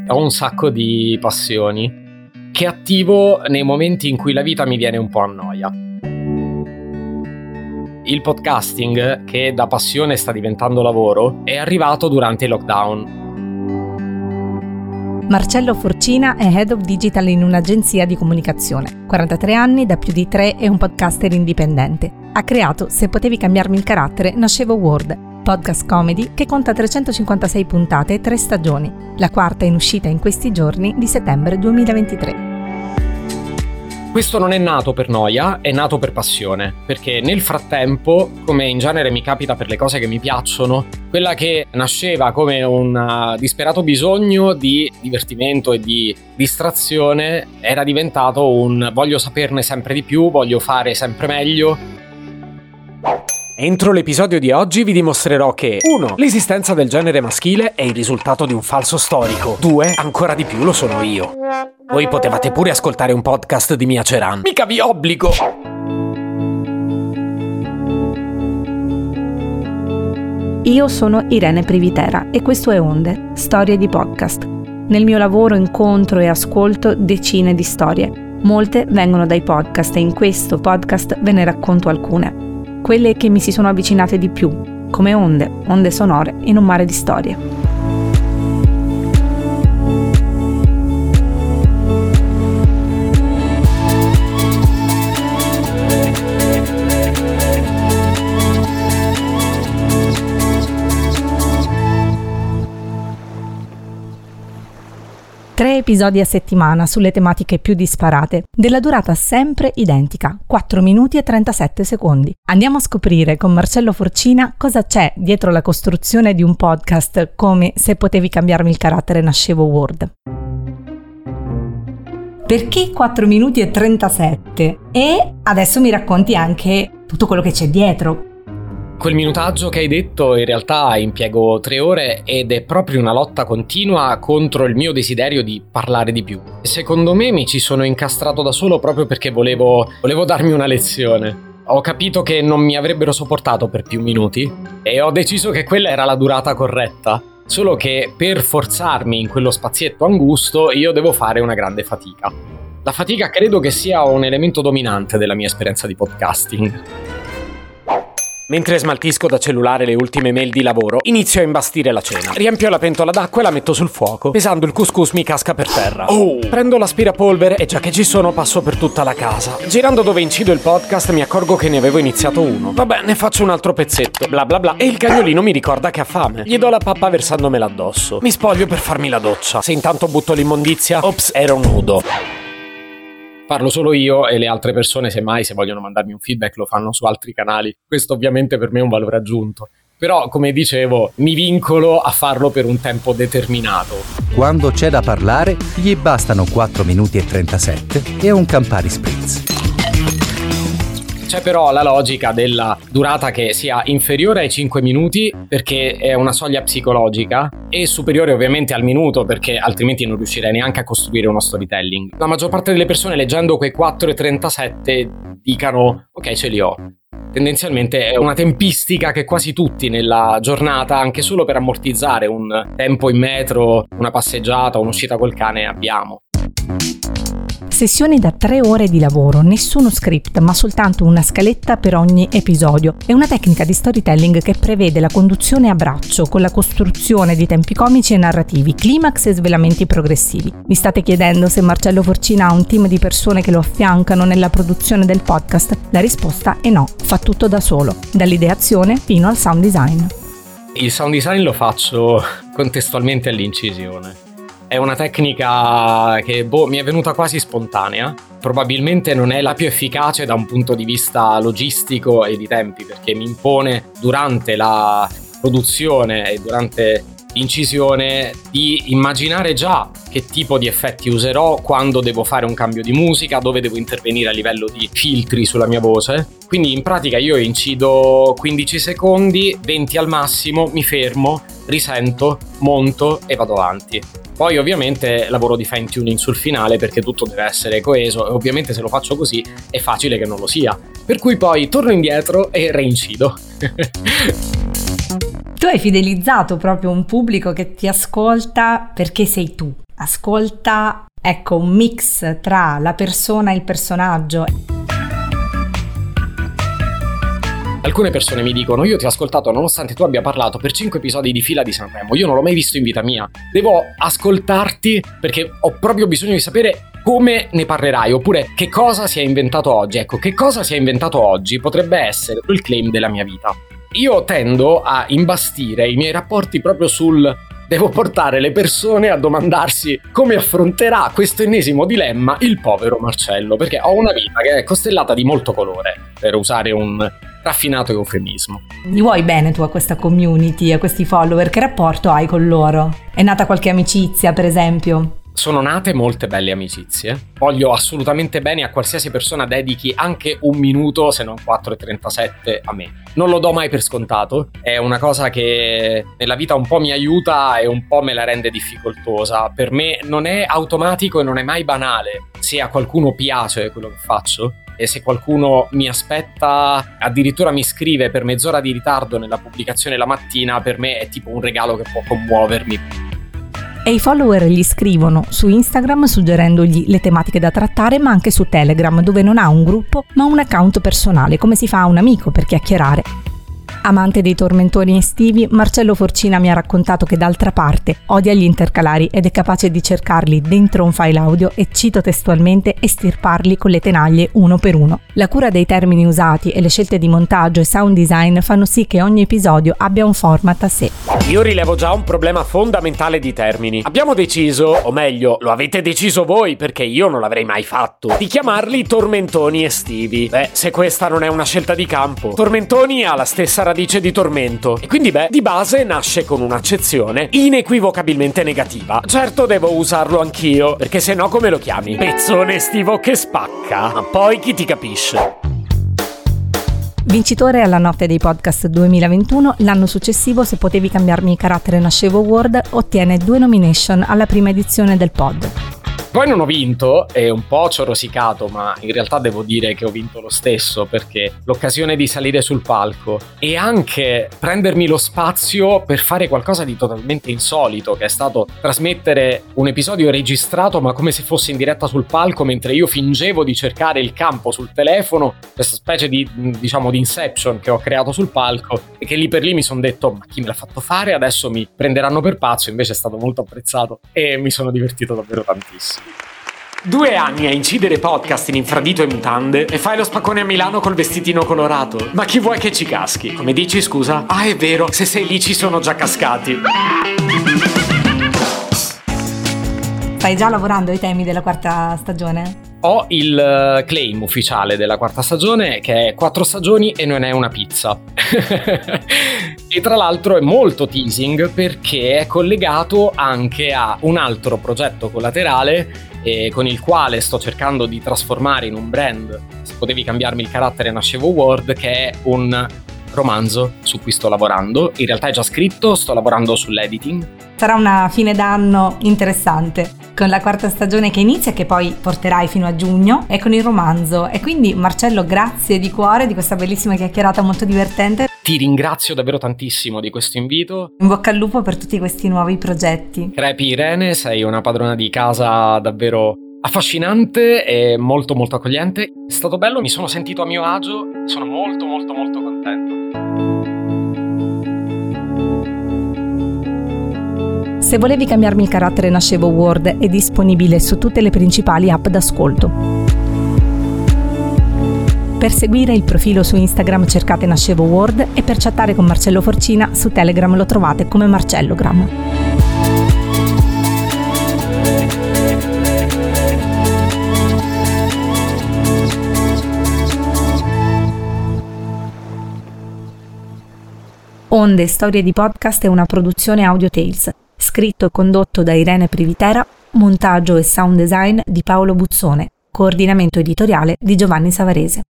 ho un sacco di passioni che attivo nei momenti in cui la vita mi viene un po' a noia. Il podcasting, che da passione sta diventando lavoro, è arrivato durante il lockdown. Marcello Forcina è Head of Digital in un'agenzia di comunicazione. 43 anni, da più di 3 è un podcaster indipendente. Ha creato Se potevi cambiarmi il carattere, nascevo Word, podcast comedy che conta 356 puntate e 3 stagioni. La quarta è in uscita in questi giorni di settembre 2023. Questo non è nato per noia, è nato per passione, perché nel frattempo, come in genere mi capita per le cose che mi piacciono, quella che nasceva come un disperato bisogno di divertimento e di distrazione era diventato un voglio saperne sempre di più, voglio fare sempre meglio. Entro l'episodio di oggi vi dimostrerò che 1. L'esistenza del genere maschile è il risultato di un falso storico. 2. Ancora di più lo sono io. Voi potevate pure ascoltare un podcast di Mia Ceran. Mica vi obbligo! Io sono Irene Privitera e questo è Onde, storie di podcast. Nel mio lavoro incontro e ascolto decine di storie. Molte vengono dai podcast e in questo podcast ve ne racconto alcune. Quelle che mi si sono avvicinate di più, come onde sonore in un mare di storie. Tre episodi a settimana sulle tematiche più disparate, della durata sempre identica, 4 minuti e 37 secondi. Andiamo a scoprire con Marcello Forcina cosa c'è dietro la costruzione di un podcast come Se potevi cambiarmi il carattere nascevo Word. Perché 4 minuti e 37? E adesso mi racconti anche tutto quello che c'è dietro. Quel minutaggio che hai detto in realtà impiego 3 ore ed è proprio una lotta continua contro il mio desiderio di parlare di più. Secondo me mi ci sono incastrato da solo proprio perché volevo darmi una lezione. Ho capito che non mi avrebbero sopportato per più minuti e ho deciso che quella era la durata corretta. Solo che per forzarmi in quello spazietto angusto io devo fare una grande fatica. La fatica credo che sia un elemento dominante della mia esperienza di podcasting. Mentre smaltisco da cellulare le ultime mail di lavoro, inizio a imbastire la cena. Riempio la pentola d'acqua e la metto sul fuoco. Pesando il couscous mi casca per terra. Prendo l'aspirapolvere e già che ci sono passo per tutta la casa. Girando dove incido il podcast mi accorgo che ne avevo iniziato uno. Vabbè, ne faccio un altro pezzetto. Bla bla bla. E il cagnolino mi ricorda che ha fame. Gli do la pappa versandomela addosso. Mi spoglio per farmi la doccia. Se intanto butto l'immondizia, ops, ero nudo. Parlo solo io e le altre persone, semmai, se vogliono mandarmi un feedback lo fanno su altri canali. Questo ovviamente per me è un valore aggiunto. Però, come dicevo, mi vincolo a farlo per un tempo determinato. Quando c'è da parlare, gli bastano 4 minuti e 37 e un Campari Spritz. C'è però la logica della durata che sia inferiore ai 5 minuti perché è una soglia psicologica e superiore ovviamente al minuto perché altrimenti non riuscirei neanche a costruire uno storytelling. La maggior parte delle persone leggendo quei 4:37 dicano ok, ce li ho. Tendenzialmente è una tempistica che quasi tutti nella giornata, anche solo per ammortizzare un tempo in metro, una passeggiata, un'uscita col cane, abbiamo. Sessioni da 3 ore di lavoro, nessuno script, ma soltanto una scaletta per ogni episodio. È una tecnica di storytelling che prevede la conduzione a braccio, con la costruzione di tempi comici e narrativi, climax e svelamenti progressivi. Vi state chiedendo se Marcello Forcina ha un team di persone che lo affiancano nella produzione del podcast? La risposta è no, fa tutto da solo, dall'ideazione fino al sound design. Il sound design lo faccio contestualmente all'incisione. È una tecnica che mi è venuta quasi spontanea. Probabilmente non è la più efficace da un punto di vista logistico e di tempi, perché mi impone durante la produzione e durante l'incisione di immaginare già che tipo di effetti userò, quando devo fare un cambio di musica, dove devo intervenire a livello di filtri sulla mia voce. Quindi in pratica io incido 15 secondi, 20 al massimo, mi fermo, risento, monto e vado avanti. Poi ovviamente lavoro di fine tuning sul finale perché tutto deve essere coeso e ovviamente se lo faccio così è facile che non lo sia. Per cui poi torno indietro e reincido. Tu hai fidelizzato proprio un pubblico che ti ascolta perché sei tu. ascolta, ecco, un mix tra la persona e il personaggio. Alcune persone mi dicono: io ti ho ascoltato nonostante tu abbia parlato per 5 episodi di fila di Sanremo, io non l'ho mai visto in vita mia, devo ascoltarti perché ho proprio bisogno di sapere come ne parlerai, oppure che cosa si è inventato oggi. Ecco, che cosa si è inventato oggi potrebbe essere il claim della mia vita. Io tendo a imbastire i miei rapporti proprio sul devo portare le persone a domandarsi come affronterà questo ennesimo dilemma il povero Marcello, perché ho una vita che è costellata di molto colore, per usare un raffinato eufemismo. Gli vuoi bene tu a questa community, a questi follower? Che rapporto hai con loro? È nata qualche amicizia, per esempio? Sono nate molte belle amicizie. Voglio assolutamente bene a qualsiasi persona dedichi anche un minuto, se non 4:37 a me. Non lo do mai per scontato, è una cosa che nella vita un po' mi aiuta e un po' me la rende difficoltosa. Per me non è automatico e non è mai banale. Se a qualcuno piace quello che faccio e se qualcuno mi aspetta, addirittura mi scrive per mezz'ora di ritardo nella pubblicazione la mattina, per me è tipo un regalo che può commuovermi. E i follower gli scrivono su Instagram suggerendogli le tematiche da trattare, ma anche su Telegram, dove non ha un gruppo ma un account personale, come si fa a un amico per chiacchierare. Amante dei tormentoni estivi, Marcello Forcina mi ha raccontato che d'altra parte odia gli intercalari ed è capace di cercarli dentro un file audio e, cito testualmente, estirparli con le tenaglie uno per uno. La cura dei termini usati e le scelte di montaggio e sound design fanno sì che ogni episodio abbia un format a sé. Io rilevo già un problema fondamentale di termini. Abbiamo deciso, o meglio, lo avete deciso voi perché io non l'avrei mai fatto, di chiamarli tormentoni estivi. Beh, se questa non è una scelta di campo. Tormentoni ha la stessa radice di tormento e quindi di base nasce con un'accezione inequivocabilmente negativa. Certo devo usarlo anch'io, perché se no come lo chiami? Pezzone estivo che spacca. Ma poi chi ti capisce? Vincitore alla Notte dei Podcast 2021, l'anno successivo Se potevi cambiarmi carattere nascevo Award ottiene 2 nomination alla prima edizione del pod. Poi non ho vinto e un po' ci ho rosicato, ma in realtà devo dire che ho vinto lo stesso, perché l'occasione di salire sul palco e anche prendermi lo spazio per fare qualcosa di totalmente insolito, che è stato trasmettere un episodio registrato ma come se fosse in diretta sul palco mentre io fingevo di cercare il campo sul telefono, questa specie di, diciamo, di Inception che ho creato sul palco e che lì per lì mi sono detto ma chi me l'ha fatto fare? Adesso mi prenderanno per pazzo. Invece è stato molto apprezzato e mi sono divertito davvero tantissimo. 2 anni a incidere podcast in infradito e mutande e fai lo spaccone a Milano col vestitino colorato. Ma chi vuoi che ci caschi? Come dici, scusa? Ah, è vero, se sei lì ci sono già cascati. Stai già lavorando ai temi della 4ª stagione? Ho il claim ufficiale della 4ª stagione, che è 4 stagioni e non è una pizza. E tra l'altro è molto teasing perché è collegato anche a un altro progetto collaterale con il quale sto cercando di trasformare in un brand Se potevi cambiarmi il carattere nascevo Award, che è un romanzo su cui sto lavorando. In realtà è già scritto, sto lavorando sull'editing. Sarà una fine d'anno interessante, con la 4ª stagione che inizia, che poi porterai fino a giugno, e con il romanzo. E quindi Marcello, grazie di cuore di questa bellissima chiacchierata molto divertente. Ti ringrazio davvero tantissimo di questo invito. In bocca al lupo per tutti questi nuovi progetti. Crepi Irene, sei una padrona di casa davvero affascinante e molto molto accogliente. È stato bello, mi sono sentito a mio agio, sono molto molto molto contento. Se volevi cambiarmi il carattere nascevo Award è disponibile su tutte le principali app d'ascolto. Per seguire il profilo su Instagram cercate Nascevo Award e per chattare con Marcello Forcina su Telegram lo trovate come Marcellogram. Onde Storie di Podcast è una produzione Audio Tales, scritto e condotto da Irene Privitera, montaggio e sound design di Paolo Buzzone, coordinamento editoriale di Giovanni Savarese.